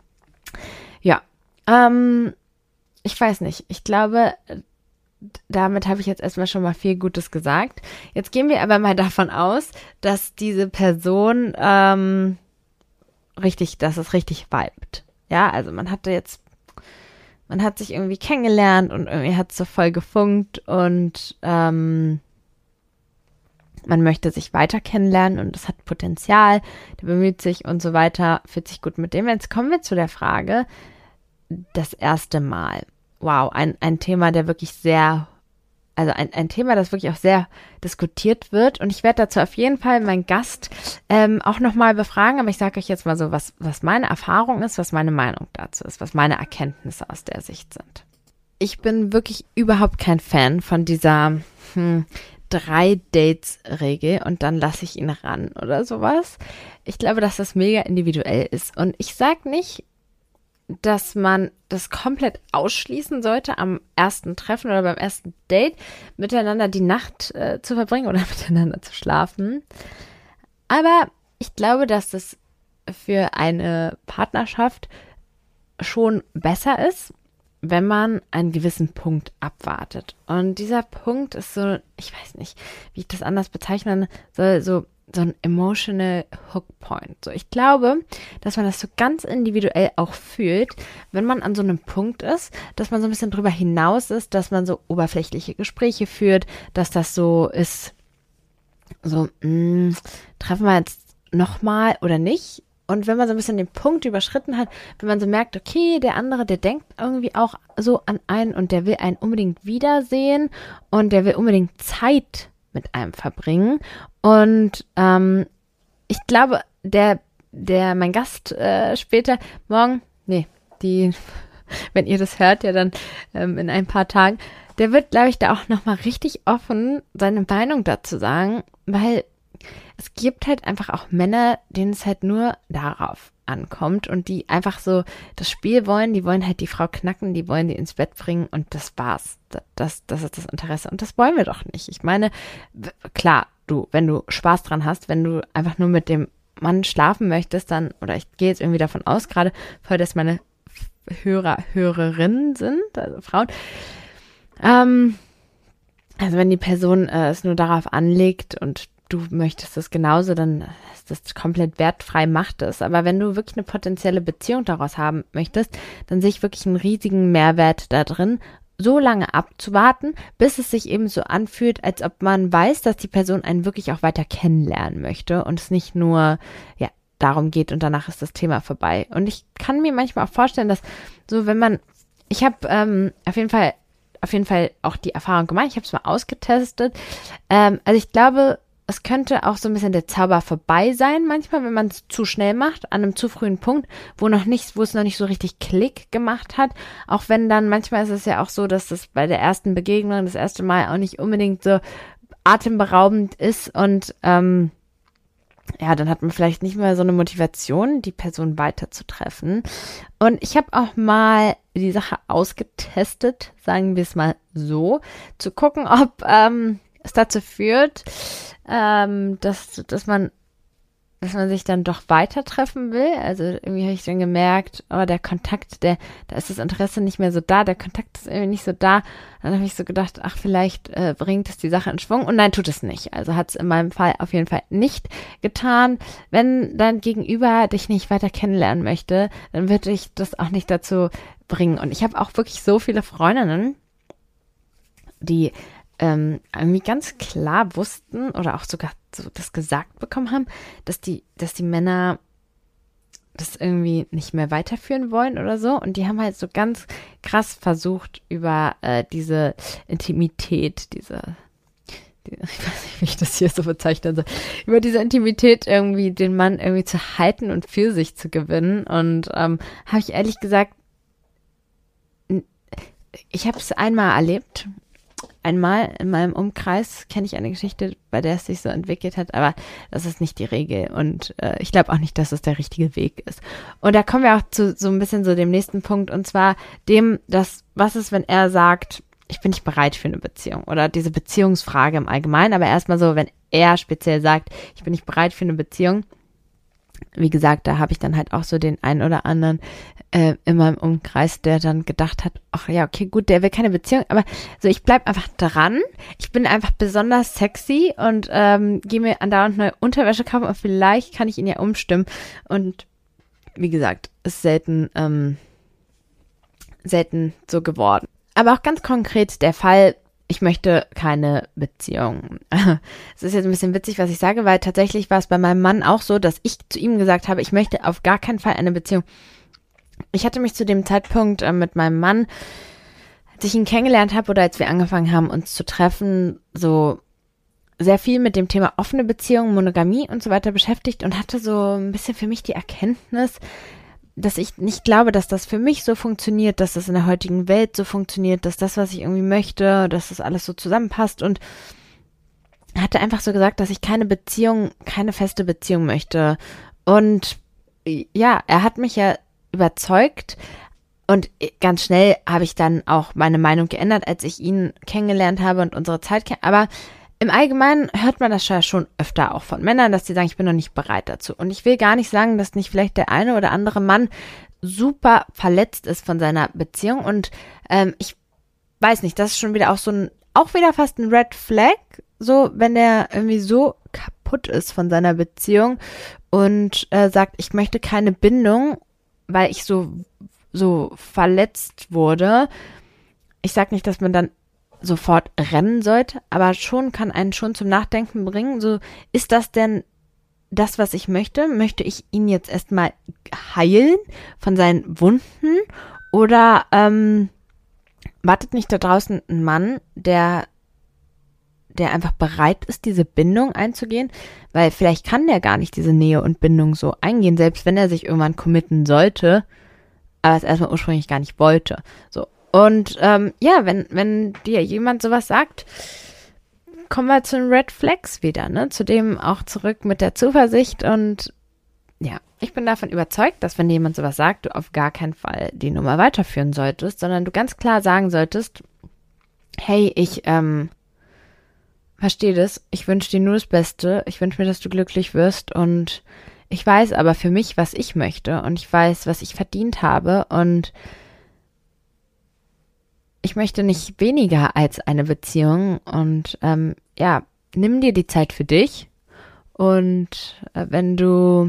Ja, ähm, ich weiß nicht. Ich glaube, damit habe ich jetzt erstmal schon mal viel Gutes gesagt. Jetzt gehen wir aber mal davon aus, dass diese Person ähm, richtig, dass es richtig vibet. Ja, also man hatte jetzt, man hat sich irgendwie kennengelernt und irgendwie hat es so voll gefunkt und ähm, man möchte sich weiter kennenlernen und es hat Potenzial, der bemüht sich und so weiter, fühlt sich gut mit dem. Jetzt kommen wir zu der Frage, das erste Mal. Wow, ein, ein Thema, der wirklich sehr, also ein, ein Thema, das wirklich auch sehr diskutiert wird und ich werde dazu auf jeden Fall meinen Gast ähm, auch nochmal befragen, aber ich sage euch jetzt mal so, was, was meine Erfahrung ist, was meine Meinung dazu ist, was meine Erkenntnisse aus der Sicht sind. Ich bin wirklich überhaupt kein Fan von dieser hm, drei Dates-Regel und dann lasse ich ihn ran oder sowas. Ich glaube, dass das mega individuell ist. Und ich sage nicht, dass man das komplett ausschließen sollte, am ersten Treffen oder beim ersten Date miteinander die Nacht äh, zu verbringen oder miteinander zu schlafen. Aber ich glaube, dass das für eine Partnerschaft schon besser ist, wenn man einen gewissen Punkt abwartet. Und dieser Punkt ist so, ich weiß nicht, wie ich das anders bezeichnen soll, so, so ein emotional hook point. So, ich glaube, dass man das so ganz individuell auch fühlt, wenn man an so einem Punkt ist, dass man so ein bisschen drüber hinaus ist, dass man so oberflächliche Gespräche führt, dass das so ist, so, mh, treffen wir jetzt nochmal oder nicht? Und wenn man so ein bisschen den Punkt überschritten hat, wenn man so merkt, okay, der andere, der denkt irgendwie auch so an einen und der will einen unbedingt wiedersehen und der will unbedingt Zeit mit einem verbringen. Und ähm, ich glaube, der, der, mein Gast äh, später, morgen, nee, die, wenn ihr das hört, ja dann ähm, in ein paar Tagen, der wird, glaube ich, da auch nochmal richtig offen seine Meinung dazu sagen, weil es gibt halt einfach auch Männer, denen es halt nur darauf ankommt und die einfach so das Spiel wollen, die wollen halt die Frau knacken, die wollen die ins Bett bringen und das war's. Das, das ist das Interesse und das wollen wir doch nicht. Ich meine, klar, du, wenn du Spaß dran hast, wenn du einfach nur mit dem Mann schlafen möchtest, dann, oder ich gehe jetzt irgendwie davon aus, gerade voll, dass meine Hörer, Hörerinnen sind, also Frauen, ähm, also wenn die Person äh, es nur darauf anlegt und du möchtest das genauso, dann ist das komplett wertfrei, macht es. Aber wenn du wirklich eine potenzielle Beziehung daraus haben möchtest, dann sehe ich wirklich einen riesigen Mehrwert da drin, so lange abzuwarten, bis es sich eben so anfühlt, als ob man weiß, dass die Person einen wirklich auch weiter kennenlernen möchte und es nicht nur, ja, darum geht und danach ist das Thema vorbei. Und ich kann mir manchmal auch vorstellen, dass so, wenn man, ich habe ähm, auf jeden Fall, auf jeden Fall auch die Erfahrung gemacht, ich habe es mal ausgetestet. Ähm, also ich glaube, es könnte auch so ein bisschen der Zauber vorbei sein, manchmal, wenn man es zu schnell macht, an einem zu frühen Punkt, wo noch nicht, wo es noch nicht so richtig Klick gemacht hat. Auch wenn dann, manchmal ist es ja auch so, dass das bei der ersten Begegnung, das erste Mal auch nicht unbedingt so atemberaubend ist und ähm, ja, dann hat man vielleicht nicht mehr so eine Motivation, die Person weiterzutreffen. Und ich habe auch mal die Sache ausgetestet, sagen wir es mal so, zu gucken, ob ähm, es dazu führt, ähm, dass, dass man dass man sich dann doch weiter treffen will. Also irgendwie habe ich dann gemerkt, oh, der Kontakt, der, da ist das Interesse nicht mehr so da, der Kontakt ist irgendwie nicht so da. Dann habe ich so gedacht, ach, vielleicht äh, bringt es die Sache in Schwung. Und nein, tut es nicht. Also hat es in meinem Fall auf jeden Fall nicht getan. Wenn dein Gegenüber dich nicht weiter kennenlernen möchte, dann wird dich das auch nicht dazu bringen. Und ich habe auch wirklich so viele Freundinnen, die ähm, irgendwie ganz klar wussten oder auch sogar so das gesagt bekommen haben, dass die, dass die Männer das irgendwie nicht mehr weiterführen wollen oder so. Und die haben halt so ganz krass versucht, über äh, diese Intimität, diese, die, ich weiß nicht, wie ich das hier so bezeichnen soll, über diese Intimität irgendwie den Mann irgendwie zu halten und für sich zu gewinnen. Und ähm, habe ich ehrlich gesagt, ich habe es einmal erlebt. Einmal in meinem Umkreis kenne ich eine Geschichte, bei der es sich so entwickelt hat, aber das ist nicht die Regel und äh, ich glaube auch nicht, dass es der richtige Weg ist. Und da kommen wir auch zu so ein bisschen so dem nächsten Punkt und zwar dem, dass, was ist, wenn er sagt, ich bin nicht bereit für eine Beziehung oder diese Beziehungsfrage im Allgemeinen, aber erstmal so, wenn er speziell sagt, ich bin nicht bereit für eine Beziehung. Wie gesagt, da habe ich dann halt auch so den einen oder anderen äh, in meinem Umkreis, der dann gedacht hat, ach ja, okay, gut, der will keine Beziehung, aber so, ich bleib einfach dran. Ich bin einfach besonders sexy und ähm, gehe mir andauernd neue Unterwäsche kaufen und vielleicht kann ich ihn ja umstimmen. Und wie gesagt, ist selten, ähm, selten so geworden. Aber auch ganz konkret der Fall, ich möchte keine Beziehung. Es ist jetzt ein bisschen witzig, was ich sage, weil tatsächlich war es bei meinem Mann auch so, dass ich zu ihm gesagt habe, ich möchte auf gar keinen Fall eine Beziehung. Ich hatte mich zu dem Zeitpunkt äh, mit meinem Mann, als ich ihn kennengelernt habe oder als wir angefangen haben, uns zu treffen, so sehr viel mit dem Thema offene Beziehung, Monogamie und so weiter beschäftigt und hatte so ein bisschen für mich die Erkenntnis, dass ich nicht glaube, dass das für mich so funktioniert, dass das in der heutigen Welt so funktioniert, dass das, was ich irgendwie möchte, dass das alles so zusammenpasst und er hatte einfach so gesagt, dass ich keine Beziehung, keine feste Beziehung möchte und ja, er hat mich ja überzeugt und ganz schnell habe ich dann auch meine Meinung geändert, als ich ihn kennengelernt habe und unsere Zeit kenn- aber im Allgemeinen hört man das ja schon öfter auch von Männern, dass die sagen, ich bin noch nicht bereit dazu. Und ich will gar nicht sagen, dass nicht vielleicht der eine oder andere Mann super verletzt ist von seiner Beziehung und ähm, ich weiß nicht, das ist schon wieder auch so ein, auch wieder fast ein Red Flag, so wenn der irgendwie so kaputt ist von seiner Beziehung und äh, sagt, ich möchte keine Bindung, weil ich so so verletzt wurde. Ich sag nicht, dass man dann sofort rennen sollte, aber schon kann einen schon zum Nachdenken bringen. So, ist das denn das, was ich möchte? Möchte ich ihn jetzt erstmal heilen von seinen Wunden? Oder ähm, wartet nicht da draußen ein Mann, der, der einfach bereit ist, diese Bindung einzugehen? Weil vielleicht kann der gar nicht diese Nähe und Bindung so eingehen, selbst wenn er sich irgendwann committen sollte, aber es erstmal ursprünglich gar nicht wollte. So. Und ähm, ja, wenn, wenn dir jemand sowas sagt, kommen wir zu den Red Flags wieder, ne? Zudem auch zurück mit der Zuversicht und ja, ich bin davon überzeugt, dass wenn dir jemand sowas sagt, du auf gar keinen Fall die Nummer weiterführen solltest, sondern du ganz klar sagen solltest, hey, ich ähm, verstehe das, ich wünsche dir nur das Beste, ich wünsche mir, dass du glücklich wirst und ich weiß aber für mich, was ich möchte und ich weiß, was ich verdient habe und ich möchte nicht weniger als eine Beziehung und ähm, ja, nimm dir die Zeit für dich und äh, wenn du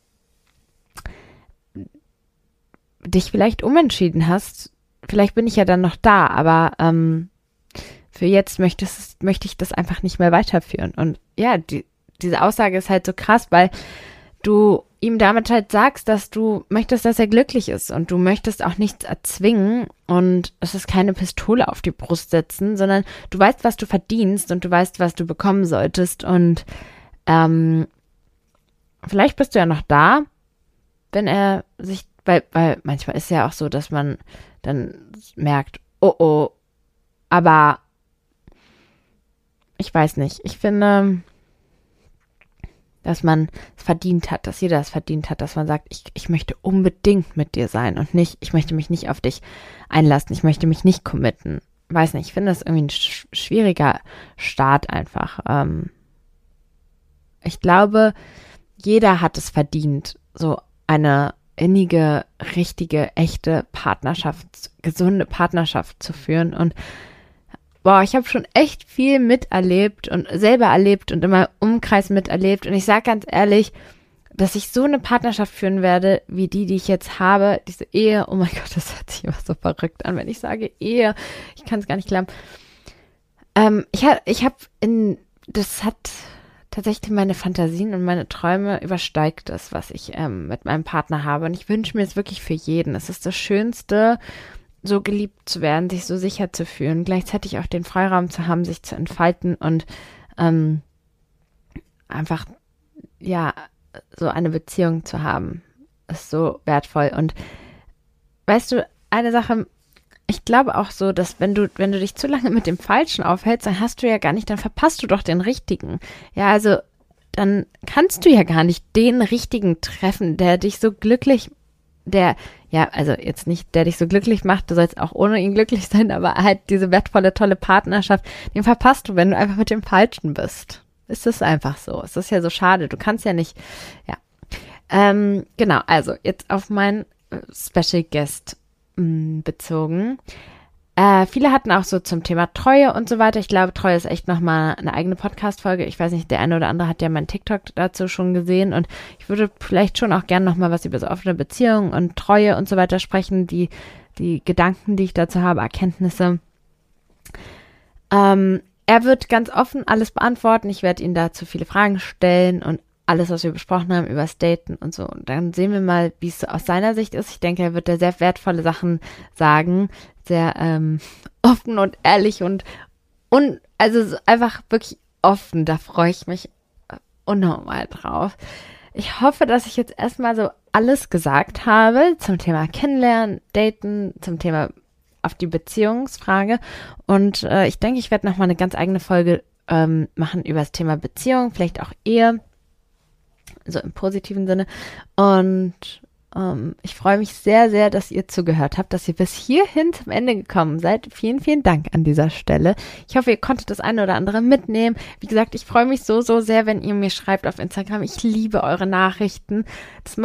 dich vielleicht umentschieden hast, vielleicht bin ich ja dann noch da, aber ähm, für jetzt möchte, möchte ich das einfach nicht mehr weiterführen und ja, die, diese Aussage ist halt so krass, weil du ihm damit halt sagst, dass du möchtest, dass er glücklich ist und du möchtest auch nichts erzwingen und es ist keine Pistole auf die Brust setzen, sondern du weißt, was du verdienst und du weißt, was du bekommen solltest und ähm, vielleicht bist du ja noch da, wenn er sich, weil, weil manchmal ist ja auch so, dass man dann merkt, oh oh, aber ich weiß nicht, ich finde, dass man es verdient hat, dass jeder es verdient hat, dass man sagt, ich, ich möchte unbedingt mit dir sein und nicht, ich möchte mich nicht auf dich einlassen, ich möchte mich nicht committen. Weiß nicht, ich finde das irgendwie ein sch- schwieriger Start einfach. Ähm, ich glaube, jeder hat es verdient, so eine innige, richtige, echte Partnerschaft, gesunde Partnerschaft zu führen und boah, ich habe schon echt viel miterlebt und selber erlebt und immer im Umkreis miterlebt. Und ich sage ganz ehrlich, dass ich so eine Partnerschaft führen werde, wie die, die ich jetzt habe, diese Ehe. Oh mein Gott, das hört sich immer so verrückt an, wenn ich sage Ehe. Ich kann es gar nicht glauben. Ähm, ich habe, ich habe in, das hat tatsächlich meine Fantasien und meine Träume übersteigt das, was ich ähm, mit meinem Partner habe. Und ich wünsche mir es wirklich für jeden. Es ist das Schönste, so geliebt zu werden, sich so sicher zu fühlen, gleichzeitig auch den Freiraum zu haben, sich zu entfalten und ähm, einfach, ja, so eine Beziehung zu haben, ist so wertvoll. Und weißt du, eine Sache, ich glaube auch so, dass wenn du, wenn du dich zu lange mit dem Falschen aufhältst, dann hast du ja gar nicht, dann verpasst du doch den Richtigen. Ja, also dann kannst du ja gar nicht den Richtigen treffen, der dich so glücklich der, ja, also jetzt nicht, der dich so glücklich macht, du sollst auch ohne ihn glücklich sein, aber halt diese wertvolle, tolle Partnerschaft, den verpasst du, wenn du einfach mit dem Falschen bist. Ist das einfach so. Es ist ja so schade. Du kannst ja nicht, ja. Ähm, genau, also jetzt auf meinen Special Guest mh, bezogen. Äh, viele hatten auch so zum Thema Treue und so weiter. Ich glaube, Treue ist echt nochmal eine eigene Podcast-Folge. Ich weiß nicht, der eine oder andere hat ja meinen TikTok dazu schon gesehen und ich würde vielleicht schon auch gerne nochmal was über so offene Beziehungen und Treue und so weiter sprechen, die, die Gedanken, die ich dazu habe, Erkenntnisse. Ähm, er wird ganz offen alles beantworten. Ich werde ihm dazu viele Fragen stellen und alles, was wir besprochen haben, über das Daten und so. Und dann sehen wir mal, wie es so aus seiner Sicht ist. Ich denke, er wird da sehr wertvolle Sachen sagen, sehr ähm, offen und ehrlich und, und also so einfach wirklich offen. Da freue ich mich unnormal drauf. Ich hoffe, dass ich jetzt erstmal so alles gesagt habe zum Thema Kennenlernen, Daten, zum Thema auf die Beziehungsfrage. Und äh, ich denke, ich werde nochmal eine ganz eigene Folge ähm, machen über das Thema Beziehung, vielleicht auch Ehe. So im positiven Sinne. Und ähm, ich freue mich sehr, sehr, dass ihr zugehört habt, dass ihr bis hierhin zum Ende gekommen seid. Vielen, vielen Dank an dieser Stelle. Ich hoffe, ihr konntet das eine oder andere mitnehmen. Wie gesagt, ich freue mich so, so sehr, wenn ihr mir schreibt auf Instagram. Ich liebe eure Nachrichten. Das macht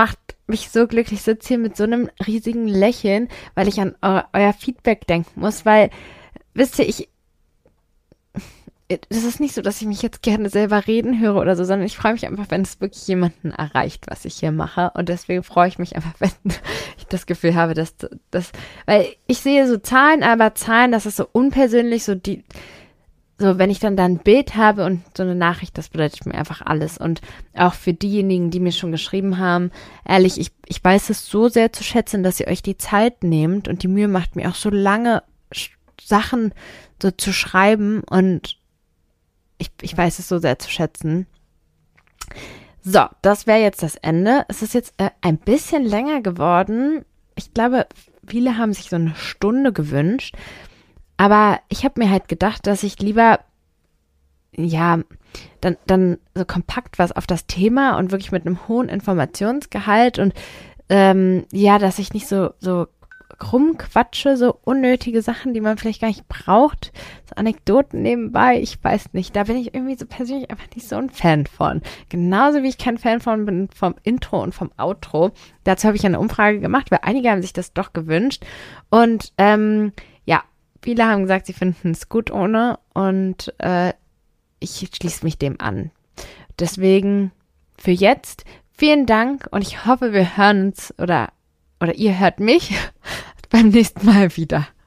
mich so glücklich, sitze hier mit so einem riesigen Lächeln, weil ich an eu euer Feedback denken muss, weil, wisst ihr, ich, das ist nicht so, dass ich mich jetzt gerne selber reden höre oder so, sondern ich freue mich einfach, wenn es wirklich jemanden erreicht, was ich hier mache. Und deswegen freue ich mich einfach, wenn ich das Gefühl habe, dass das, weil ich sehe so Zahlen, aber Zahlen, das ist so unpersönlich, so die, so wenn ich dann da ein Bild habe und so eine Nachricht, das bedeutet mir einfach alles. Und auch für diejenigen, die mir schon geschrieben haben, ehrlich, ich, ich weiß es so sehr zu schätzen, dass ihr euch die Zeit nehmt und die Mühe macht, mir auch so lange Sachen so zu schreiben und Ich, ich weiß es so sehr zu schätzen. So, das wäre jetzt das Ende. Es ist jetzt äh, ein bisschen länger geworden. Ich glaube, viele haben sich so eine Stunde gewünscht. Aber ich habe mir halt gedacht, dass ich lieber, ja, dann, dann so kompakt was auf das Thema und wirklich mit einem hohen Informationsgehalt und ähm, ja, dass ich nicht so, so rumquatsche, so unnötige Sachen, die man vielleicht gar nicht braucht, so Anekdoten nebenbei, ich weiß nicht, da bin ich irgendwie so persönlich einfach nicht so ein Fan von. Genauso wie ich kein Fan von bin vom Intro und vom Outro. Dazu habe ich eine Umfrage gemacht, weil einige haben sich das doch gewünscht und ähm, ja, viele haben gesagt, sie finden es gut ohne und äh, ich schließe mich dem an. Deswegen für jetzt vielen Dank und ich hoffe, wir hören uns oder oder ihr hört mich beim nächsten Mal wieder.